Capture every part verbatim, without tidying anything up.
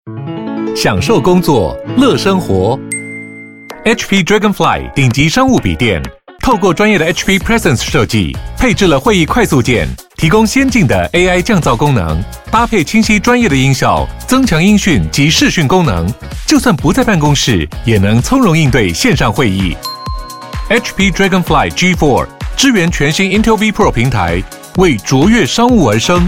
享受工作，乐生活。H P Dragonfly 顶级商务笔电，透过专业的 H P Presence 设计，配置了会议快速键，提供先进的 A I 降噪功能，搭配清晰专业的音效，增强音讯及视讯功能，就算不在办公室，也能从容应对线上会议。H P Dragonfly G 四 支援全新 Intel V Pro 平台，为卓越商务而生。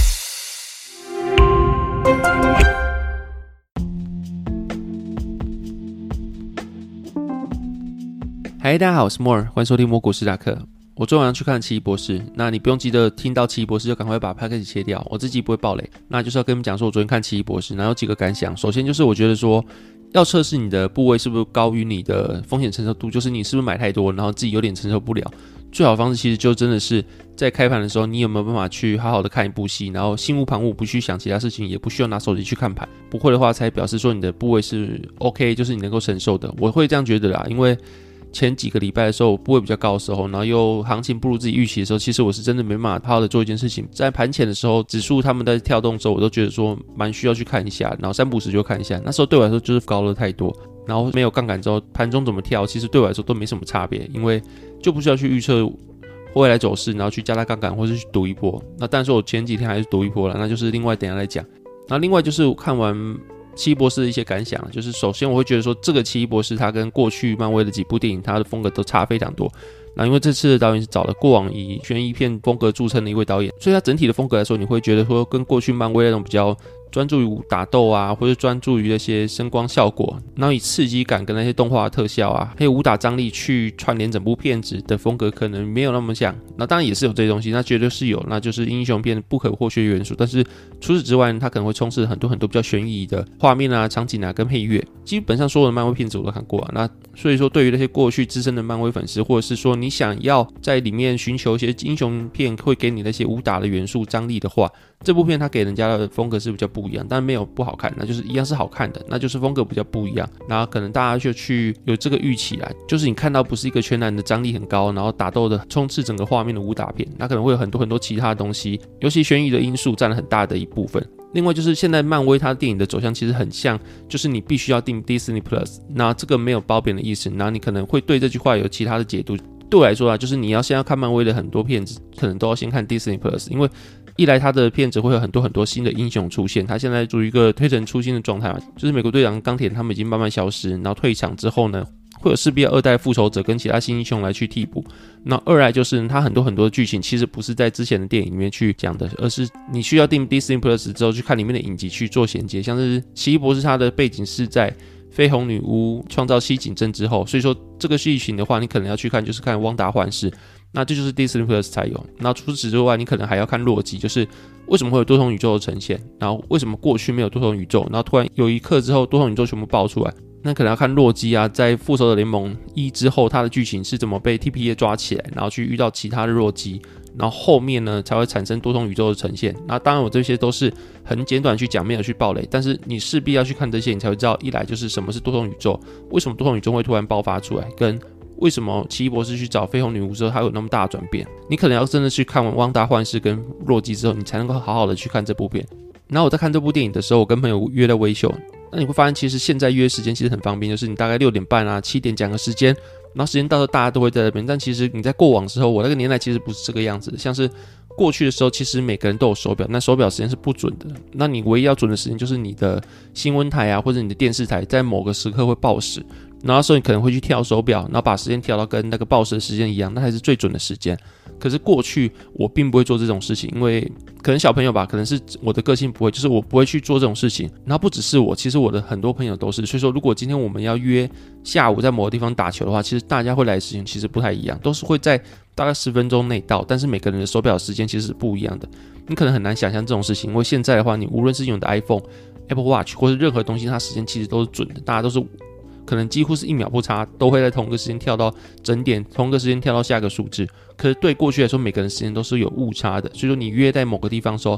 嗨，大家好，我是莫尔，欢迎收听摸股史达克。我昨晚上去看奇异博士，那你不用急着听到奇异博士就赶快把 package 切掉，我自己不会爆雷。那就是要跟你们讲说，我昨天看奇异博士，然后有几个感想。首先就是我觉得说，要测试你的部位是不是高于你的风险承受度，就是你是不是买太多，然后自己有点承受不了。最好的方式其实就真的是在开盘的时候，你有没有办法去好好的看一部戏，然后心无旁骛，不去想其他事情，也不需要拿手机去看盘。不会的话，才表示说你的部位是 OK， 就是你能够承受的。我会这样觉得啦，因为前几个礼拜的时候，我部位比较高的时候，然后又行情不如自己预期的时候，其实我是真的没办法好好的做一件事情。在盘前的时候，指数他们在跳动的时候，我都觉得说蛮需要去看一下，然后三不五时就看一下。那时候对我来说就是高了太多，然后没有杠杆之后，盘中怎么跳，其实对我来说都没什么差别，因为就不需要去预测未来走势，然后去加大杠杆或是去赌一波。那当然说我前几天还是赌一波了，那就是另外等一下来讲。那另外就是我看完奇异博士的一些感想，就是首先我会觉得说，这个奇异博士他跟过去漫威的几部电影，他的风格都差非常多。那因为这次的导演是找了过往以悬疑片风格著称的一位导演，所以他整体的风格来说，你会觉得说跟过去漫威那种比较专注于打斗啊，或者专注于那些声光效果，然后以刺激感跟那些动画特效啊，还有武打张力去串联整部片子的风格，可能没有那么像。那当然也是有这些东西，那绝对是有，那就是英雄片不可或缺元素。但是除此之外，它可能会充斥很多很多比较悬疑的画面啊、场景啊跟配乐。基本上所有的漫威片子我都看过啊。那所以说，对于那些过去资深的漫威粉丝，或者是说你想要在里面寻求一些英雄片会给你那些武打的元素张力的话，这部片它给人家的风格是比较不一样，但没有不好看，那就是一样是好看的，那就是风格比较不一样。然后可能大家就去有这个预期啦，就是你看到不是一个全然的张力很高，然后打斗的充斥整个画面的武打片，那可能会有很多很多其他的东西，尤其悬疑的因素占了很大的一部分。另外就是现在漫威它电影的走向其实很像，就是你必须要订 Disney Plus， 那这个没有褒贬的意思，然后你可能会对这句话有其他的解读。对我来说啊，就是你要先要看漫威的很多片子，可能都要先看 Disney Plus， 因为一来它的片子会有很多很多新的英雄出现，它现在处于一个推陈出新的状态嘛，就是美国队长、钢铁他们已经慢慢消失，然后退场之后呢，会有势必要二代复仇者跟其他新英雄来去替补。那二来就是它很多很多的剧情其实不是在之前的电影里面去讲的，而是你需要订 Disney Plus 之后去看里面的影集去做衔接，像是奇异博士它的背景是在绯红女巫创造西景镇之后，所以说这个剧情的话，你可能要去看就是看汪达幻视，那这就是 Disney Plus 才有。那除此之外，你可能还要看洛基，就是为什么会有多重宇宙的呈现，然后为什么过去没有多重宇宙，然后突然有一刻之后多重宇宙全部爆出来，那可能要看洛基啊，在复仇者联盟一之后，他的剧情是怎么被 T P A 抓起来，然后去遇到其他的洛基，然后后面呢才会产生多重宇宙的呈现。那当然我这些都是很简短去讲，没有去爆雷，但是你势必要去看这些，你才会知道一来就是什么是多重宇宙，为什么多重宇宙会突然爆发出来，跟为什么奇异博士去找绯红女巫之后还有那么大的转变。你可能要真的去看完汪达幻视跟洛基之后，你才能够好好的去看这部片。然后我在看这部电影的时候，我跟朋友约了微秀，那你会发现其实现在约时间其实很方便，就是你大概六点半啊七点讲个时间，然后时间到时候大家都会在那边。但其实你在过往的时候，我那个年代其实不是这个样子的，像是过去的时候其实每个人都有手表，那手表时间是不准的，那你唯一要准的时间就是你的新闻台啊或者你的电视台在某个时刻会报时，然后所以你可能会去跳手表，然后把时间调到跟那个报时的时间一样，那才是最准的时间。可是过去我并不会做这种事情，因为可能小朋友吧，可能是我的个性不会，就是我不会去做这种事情。然后不只是我，其实我的很多朋友都是。所以说，如果今天我们要约下午在某个地方打球的话，其实大家会来的时间其实不太一样，都是会在大概十分钟内到，但是每个人的手表时间其实是不一样的。你可能很难想象这种事情，因为现在的话，你无论是用的 iPhone、Apple Watch 或是任何东西，它时间其实都是准的，大家都是可能几乎是一秒不差，都会在同一个时间跳到整点，同一个时间跳到下个数字。可是对过去来说，每个人时间都是有误差的，所以说你约在某个地方的时候，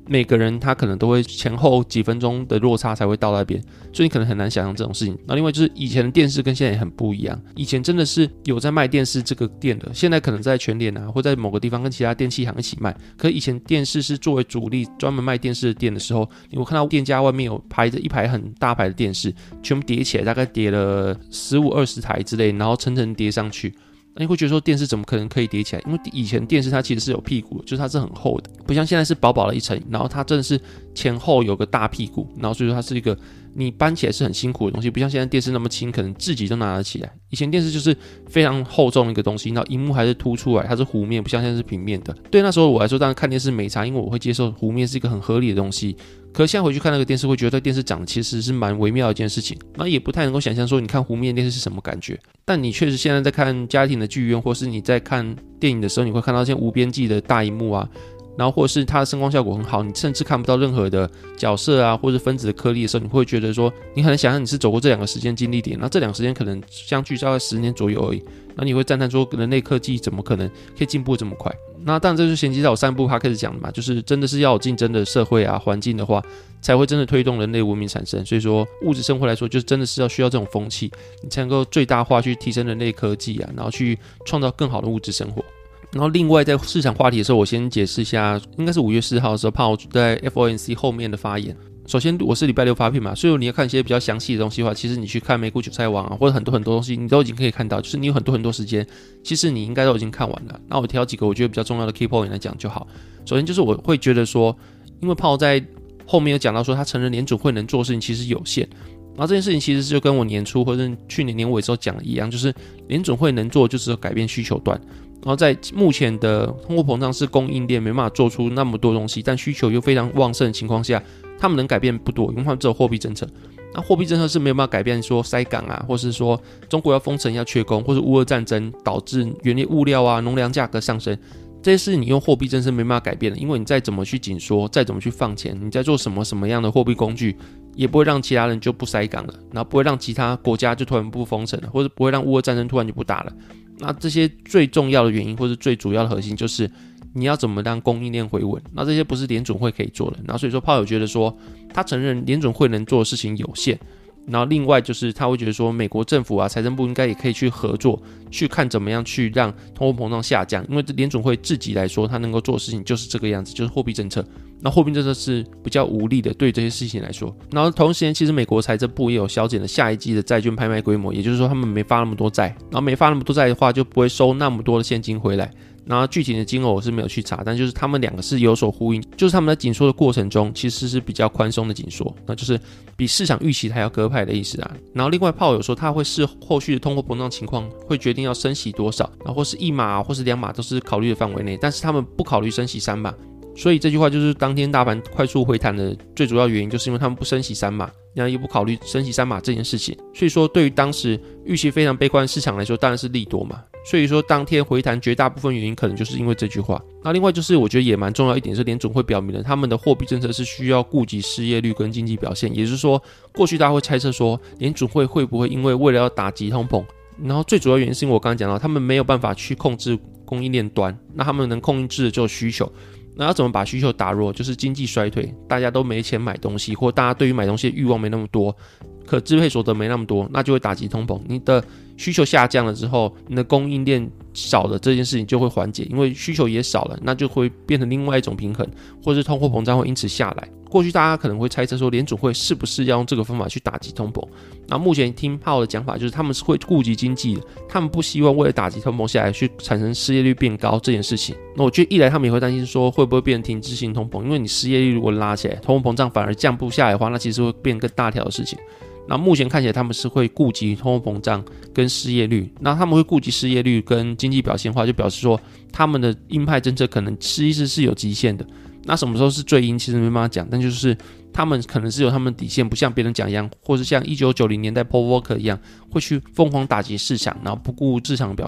每个人他可能都会前后几分钟的落差才会到那边，所以你可能很难想象这种事情。那另外就是以前的电视跟现在也很不一样，以前真的是有在卖电视这个店的，现在可能在全联啊或在某个地方跟其他电器行一起卖，可以前电视是作为主力专门卖电视的店的时候，你会看到店家外面有排着一排很大排的电视，全部叠起来，大概叠了十五二十台之类，然后层层叠上去。你会觉得说电视怎么可能可以叠起来？因为以前电视它其实是有屁股的，就是它是很厚的，不像现在是薄薄的一层，然后它真的是前后有个大屁股，然后所以说它是一个你搬起来是很辛苦的东西，不像现在电视那么轻，可能自己都拿得起来。以前电视就是非常厚重的一个东西，然后荧幕还是凸出来，它是弧面，不像现在是平面的。对那时候我来说，当然看电视没差，因为我会接受弧面是一个很合理的东西。可是现在回去看那个电视，会觉得电视长得其实是蛮微妙的一件事情，然后也不太能够想象说你看弧面电视是什么感觉。但你确实现在在看家庭的剧院，或是你在看电影的时候，你会看到一些无边际的大荧幕啊，然后或者是它的声光效果很好，你甚至看不到任何的角色啊或者分子的颗粒的时候，你会觉得说你很难想象你是走过这两个时间经历点，那这两个时间可能相距大概十年左右而已，那你会赞叹说人类科技怎么可能可以进步这么快。那当然这就是衔接到我上部 podcast 讲的嘛，就是真的是要有竞争的社会啊环境的话，才会真的推动人类文明产生。所以说物质生活来说，就真的是要需要这种风气，你才能够最大化去提升人类科技啊，然后去创造更好的物质生活。然后另外在市场话题的时候，我先解释一下，应该是五月四号的时候 Powell 在 F O M C 后面的发言。首先我是礼拜六发片嘛，所以你要看一些比较详细的东西的话，其实你去看美股韭菜网啊，或者很多很多东西你都已经可以看到，就是你有很多很多时间，其实你应该都已经看完了。那我挑几个我觉得比较重要的 key point 来讲就好。首先就是我会觉得说，因为 Powell 在后面有讲到说他承认联准会能做的事情其实有限，然后这件事情其实就跟我年初或者去年年尾的时候讲的一样，就是联准会能做的就是改变需求端，然后在目前的通货膨胀是供应链没办法做出那么多东西，但需求又非常旺盛的情况下，他们能改变不多，因为他们只有货币政策。那货币政策是没有办法改变说塞港啊，或是说中国要封城要缺工，或是乌俄战争导致原料物料啊农粮价格上升，这些事你用货币政策没办法改变的，因为你再怎么去紧缩，再怎么去放钱，你在做什么什么样的货币工具，也不会让其他人就不塞港了，然后不会让其他国家就突然不封城了，或者不会让乌俄战争突然就不打了。那这些最重要的原因或是最主要的核心就是你要怎么让供应链回稳，那这些不是联准会可以做的。然后所以说Powell觉得说他承认联准会能做的事情有限，然后另外就是他会觉得说美国政府啊财政部应该也可以去合作，去看怎么样去让通货膨胀下降，因为联准会自己来说他能够做的事情就是这个样子，就是货币政策。那货币政策是比较无力的对这些事情来说。然后同时间其实美国财政部也有削减了下一季的债券拍卖规模，也就是说他们没发那么多债，然后没发那么多债的话就不会收那么多的现金回来。然后具体的金额我是没有去查，但就是他们两个是有所呼应，就是他们在紧缩的过程中其实是比较宽松的紧缩，那就是比市场预期还要鸽派的意思啊。然后另外Powell有说他会视后续的通货膨胀情况会决定要升息多少，然后或是一码、啊、或是两码都是考虑的范围内，但是他们不考虑升息三码。所以这句话就是当天大盘快速回弹的最主要原因，就是因为他们不升息三码，然后也不考虑升息三码这件事情。所以说对于当时预期非常悲观的市场来说当然是利多嘛，所以说当天回弹绝大部分原因可能就是因为这句话。那另外就是我觉得也蛮重要一点是联准会表明了他们的货币政策是需要顾及失业率跟经济表现，也就是说过去大家会猜测说联准会会不会因为为了要打击通膨，然后最主要原因是因为我刚刚讲到他们没有办法去控制供应链端，那他们能控制的就是需求。那要怎么把需求打弱，就是经济衰退，大家都没钱买东西，或大家对于买东西的欲望没那么多，可支配所得没那么多，那就会打击通膨。你的需求下降了之后，你的供应链少了，这件事情就会缓解，因为需求也少了，那就会变成另外一种平衡，或是通货膨胀会因此下来。过去大家可能会猜测说联准会是不是要用这个方法去打击通膨，那目前听Powell的讲法就是他们是会顾及经济的，他们不希望为了打击通膨下来去产生失业率变高这件事情。那我觉得一来他们也会担心说会不会变成停滞性通膨，因为你失业率如果拉起来，通货膨胀反而降不下来的话，那其实会变更大条的事情。那目前看起来他们是会顾及通货膨胀跟失业率，那他们会顾及失业率跟经济表现的话，就表示说他们的鹰派政策可能其实是有极限的。那什么时候是最鹰其实没办法讲，但就是他们可能是有他们的底线，不像别人讲一样，或是像一九九零年代 Paul Volcker 一样会去疯狂打击市场，然后不顾市场的表现。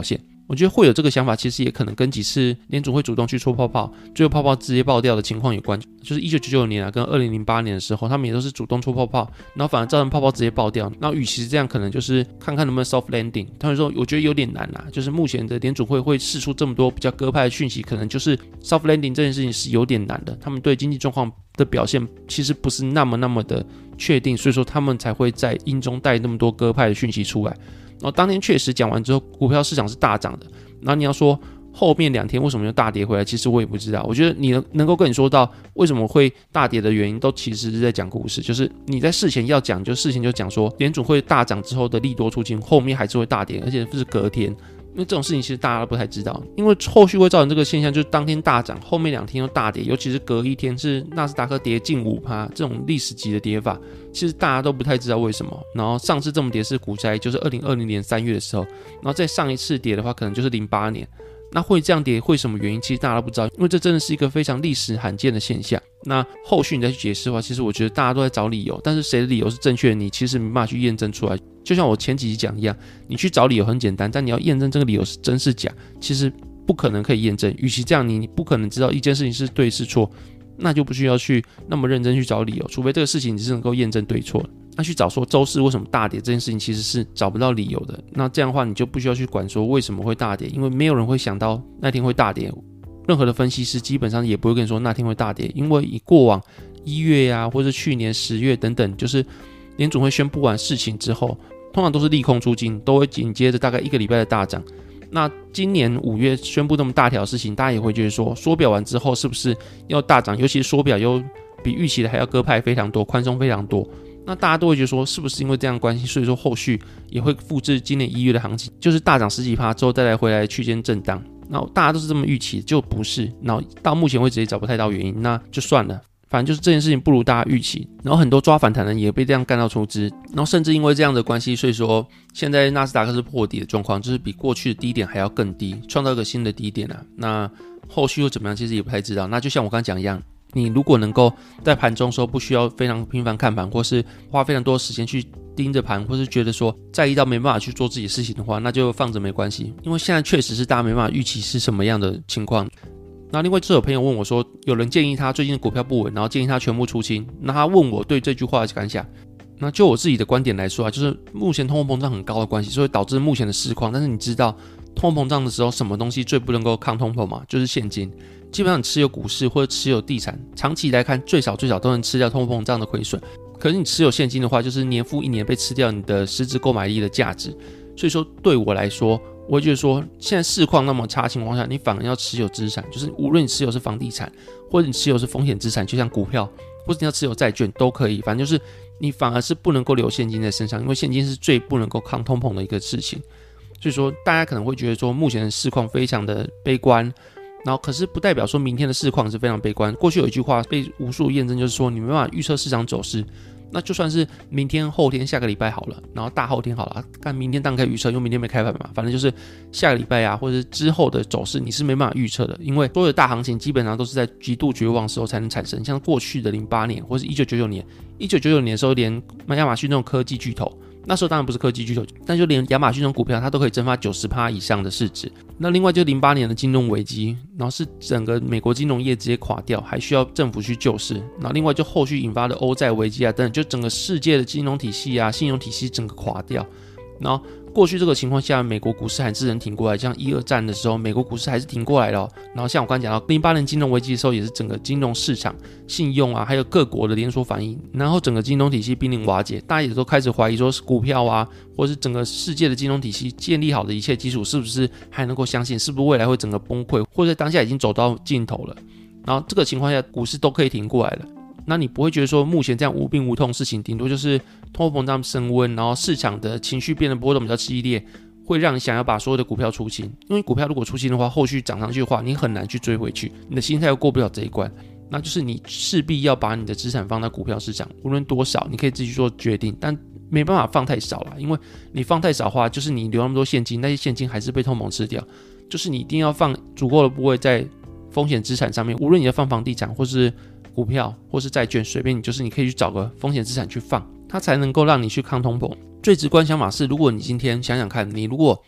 我觉得会有这个想法，其实也可能跟几次联准会主动去戳泡泡，最后泡泡直接爆掉的情况有关。就是一九九九年啊，跟二零零八年的时候，他们也都是主动戳泡泡，然后反而造成泡泡直接爆掉。然后与其是这样，可能就是看看能不能 soft landing。他们说，我觉得有点难啦，就是目前的联准会会释出这么多比较鸽派的讯息，可能就是 soft landing 这件事情是有点难的。他们对经济状况的表现其实不是那么那么的确定，所以说他们才会在阴中带那么多鸽派的讯息出来。然后当天确实讲完之后，股票市场是大涨的。然后你要说后面两天为什么又大跌回来，其实我也不知道。我觉得你能够跟你说到为什么会大跌的原因，都其实是在讲故事。就是你在事前要讲，就事前就讲说联准会大涨之后的利多出尽，后面还是会大跌，而且是隔天。因为这种事情其实大家都不太知道，因为后续会造成这个现象，就是当天大涨，后面两天又大跌，尤其是隔一天是纳斯达克跌近 百分之五， 这种历史级的跌法，其实大家都不太知道为什么。然后上次这么跌是股灾，就是二零二零年三月的时候，然后再上一次跌的话，可能就是零八年。那会这样跌会什么原因，其实大家都不知道，因为这真的是一个非常历史罕见的现象。那后续你再去解释的话，其实我觉得大家都在找理由，但是谁的理由是正确的，你其实没办法去验证出来。就像我前几集讲一样，你去找理由很简单，但你要验证这个理由是真是假，其实不可能可以验证。与其这样，你不可能知道一件事情是对是错，那就不需要去那么认真去找理由，除非这个事情你是能够验证对错的。那去找说周四为什么大跌这件事情，其实是找不到理由的。那这样的话，你就不需要去管说为什么会大跌，因为没有人会想到那天会大跌。任何的分析师基本上也不会跟你说那天会大跌，因为以过往一月呀、啊，或者去年十月等等，就是联准会宣布完事情之后，通常都是利空出尽，都会紧接着大概一个礼拜的大涨。那今年五月宣布这么大条的事情，大家也会觉得说，缩表完之后是不是要大涨？尤其是缩表又比预期的还要鸽派非常多，宽松非常多。那大家都会觉得说，是不是因为这样的关系，所以说后续也会复制今年一月的行情，就是大涨十几%之后再来回来区间震荡。然后大家都是这么预期，就不是。然后到目前为止也找不太到原因，那就算了。反正就是这件事情不如大家预期，然后很多抓反弹的也被这样干到出汁，然后甚至因为这样的关系，所以说现在纳斯达克是破底的状况，就是比过去的低点还要更低，创造一个新的低点啊。那后续又怎么样，其实也不太知道。那就像我刚刚讲一样，你如果能够在盘中的时候不需要非常频繁看盘，或是花非常多的时间去盯着盘，或是觉得说在意到没办法去做自己的事情的话，那就放着没关系，因为现在确实是大家没办法预期是什么样的情况。那另外就有朋友问我说，有人建议他最近的股票不稳，然后建议他全部出清。那他问我对这句话的感想。那就我自己的观点来说啊，就是目前通货膨胀很高的关系，所以导致目前的市况。但是你知道通货膨胀的时候，什么东西最不能够抗通膨吗？就是现金。基本上你持有股市或者持有地产，长期来看最少最少都能吃掉通货膨胀的亏损。可是你持有现金的话，就是年复一年被吃掉你的实质购买力的价值。所以说对我来说，我会觉得说，现在市况那么差的情况下，你反而要持有资产，就是无论你持有是房地产，或者你持有是风险资产，就像股票，或者你要持有债券都可以，反正就是你反而是不能够留现金在身上，因为现金是最不能够抗通膨的一个事情。所以说，大家可能会觉得说，目前的市况非常的悲观，然后可是不代表说明天的市况是非常悲观。过去有一句话被无数验证，就是说你没办法预测市场走势。那就算是明天、后天、下个礼拜好了，然后大后天好了，看明天当然可以预测，因为明天没开盘嘛。反正就是下个礼拜啊，或者是之后的走势，你是没办法预测的，因为所有的大行情基本上都是在极度绝望的时候才能产生。像过去的零八年，或是一九九九年，一九九九年的时候，连亚马逊那种科技巨头，那时候当然不是科技巨头，但就连亚马逊这种股票，它都可以蒸发 百分之九十 以上的市值。那另外就零八年的金融危机，然后是整个美国金融业直接垮掉，还需要政府去救市。然后另外就后续引发的欧债危机啊等等，就整个世界的金融体系啊、信用体系整个垮掉。然后过去这个情况下，美国股市还是能挺过来，像一二战的时候，美国股市还是挺过来了、哦。然后像我刚才讲到零八年金融危机的时候，也是整个金融市场、信用啊，还有各国的连锁反应，然后整个金融体系濒临瓦解，大家也都开始怀疑说，是股票啊，或是整个世界的金融体系建立好的一切基础，是不是还能够相信？是不是未来会整个崩溃，或者当下已经走到尽头了？然后这个情况下，股市都可以挺过来了。那你不会觉得说目前这样无病无痛的事情，顶多就是通货膨胀升温，然后市场的情绪变得波动比较激烈，会让你想要把所有的股票出清。因为股票如果出清的话，后续涨上去的话，你很难去追回去，你的心态又过不了这一关。那就是你势必要把你的资产放在股票市场，无论多少，你可以自己做决定，但没办法放太少啦，因为你放太少的话，就是你留那么多现金，那些现金还是被通膨吃掉。就是你一定要放足够的部位在风险资产上面，无论你要放房地产或是股票或是债券，随便你，就是你可以去找个风险资产去放，它才能够让你去抗通膨。最直观想法是，如果你今天想想看，你如果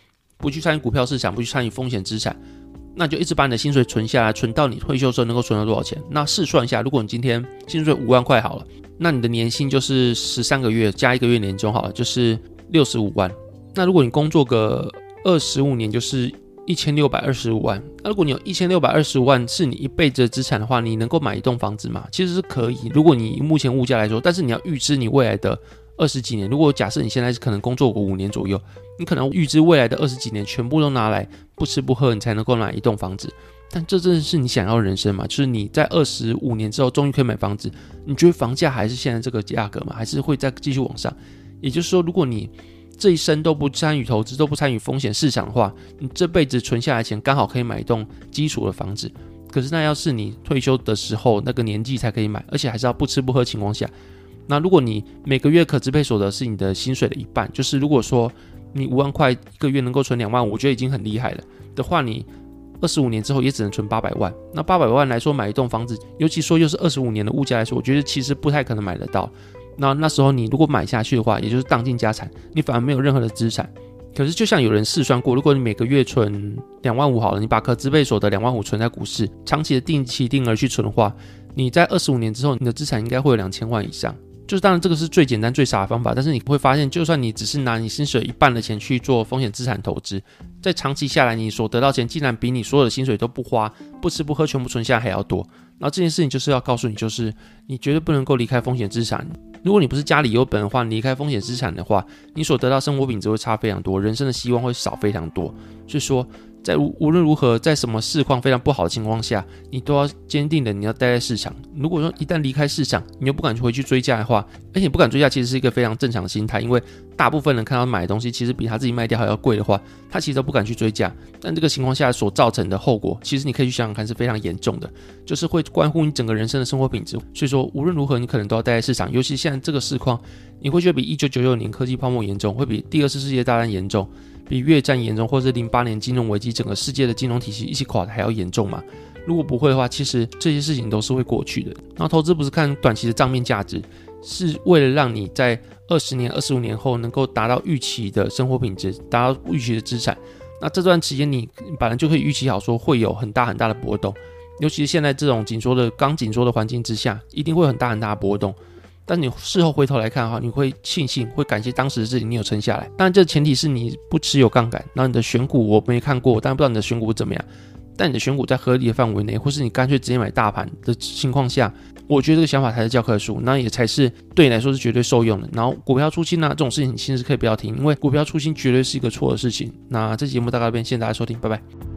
不去参与股票市场，不去参与风险资产，那就一直把你的薪水存下来，存到你退休的时候能够存到多少钱。那试算一下，如果你今天薪水五万块好了，那你的年薪就是十三个月加一个月年终好了，就是六十五万。那如果你工作个二十五年，就是一千六百二十五万。那如果你有一千六百二十五万是你一辈子的资产的话，你能够买一栋房子吗？其实是可以，如果你以目前物价来说，但是你要预知你未来的二十几年。如果假设你现在可能工作个五年左右，你可能预知未来的二十几年全部都拿来不吃不喝，你才能够买一栋房子。但这真的是你想要的人生吗？就是你在二十五年之后终于可以买房子，你觉得房价还是现在这个价格吗？还是会再继续往上？也就是说，如果你这一生都不参与投资，都不参与风险市场的话，你这辈子存下来钱刚好可以买一栋基础的房子。可是那要是你退休的时候那个年纪才可以买，而且还是要不吃不喝的情况下，那如果你每个月可支配所得是你的薪水的一半，就是如果说你五万块一个月能够存两万五，我觉得已经很厉害了的话，你二十五年之后也只能存八百万。那八百万来说买一栋房子，尤其说又是二十五年的物价来说，我觉得其实不太可能买得到。那那时候你如果买下去的话，也就是当尽家产，你反而没有任何的资产。可是就像有人试算过，如果你每个月存两万五好了，你把可支配所得两万五存在股市，长期的定期定额去存的话，你在二十五年之后，你的资产应该会有两千万以上。就是当然这个是最简单最傻的方法，但是你会发现，就算你只是拿你薪水一半的钱去做风险资产投资，在长期下来，你所得到钱竟然比你所有的薪水都不花、不吃不喝全部存下还要多。然后这件事情就是要告诉你，就是你绝对不能够离开风险资产。如果你不是家里有本的话，你离开风险资产的话，你所得到生活品质会差非常多，人生的希望会少非常多。所以说在无论如何，在什么市况非常不好的情况下，你都要坚定的你要待在市场。如果说一旦离开市场，你又不敢回去追价的话，而且不敢追价其实是一个非常正常的心态，因为大部分人看到买的东西其实比他自己卖掉还要贵的话，他其实都不敢去追价。但这个情况下所造成的后果，其实你可以去想想看，是非常严重的，就是会关乎你整个人生的生活品质。所以说无论如何，你可能都要待在市场，尤其现在这个市况，你会觉得比一九九九年科技泡沫严重，会比第二次世界大战严重，比越战严重，或者是零八年金融危机整个世界的金融体系一起垮的还要严重嘛？如果不会的话，其实这些事情都是会过去的。然后投资不是看短期的账面价值，是为了让你在二十年、二十五年后能够达到预期的生活品质，达到预期的资产。那这段时间你本来就可以预期好说会有很大很大的波动，尤其是现在这种紧缩的刚紧缩的环境之下，一定会有很大很大的波动。但你事后回头来看的话，你会庆幸，会感谢当时的自己，你有撑下来。当然，这前提是你不持有杠杆，然后你的选股我没看过，当然不知道你的选股怎么样。但你的选股在合理的范围内，或是你干脆直接买大盘的情况下，我觉得这个想法才是教科书，那也才是对你来说是绝对受用的。然后股票出清啊，这种事情你其实可以不要听，因为股票出清绝对是一个错的事情。那这期节目大概到这边，谢谢大家收听，拜拜。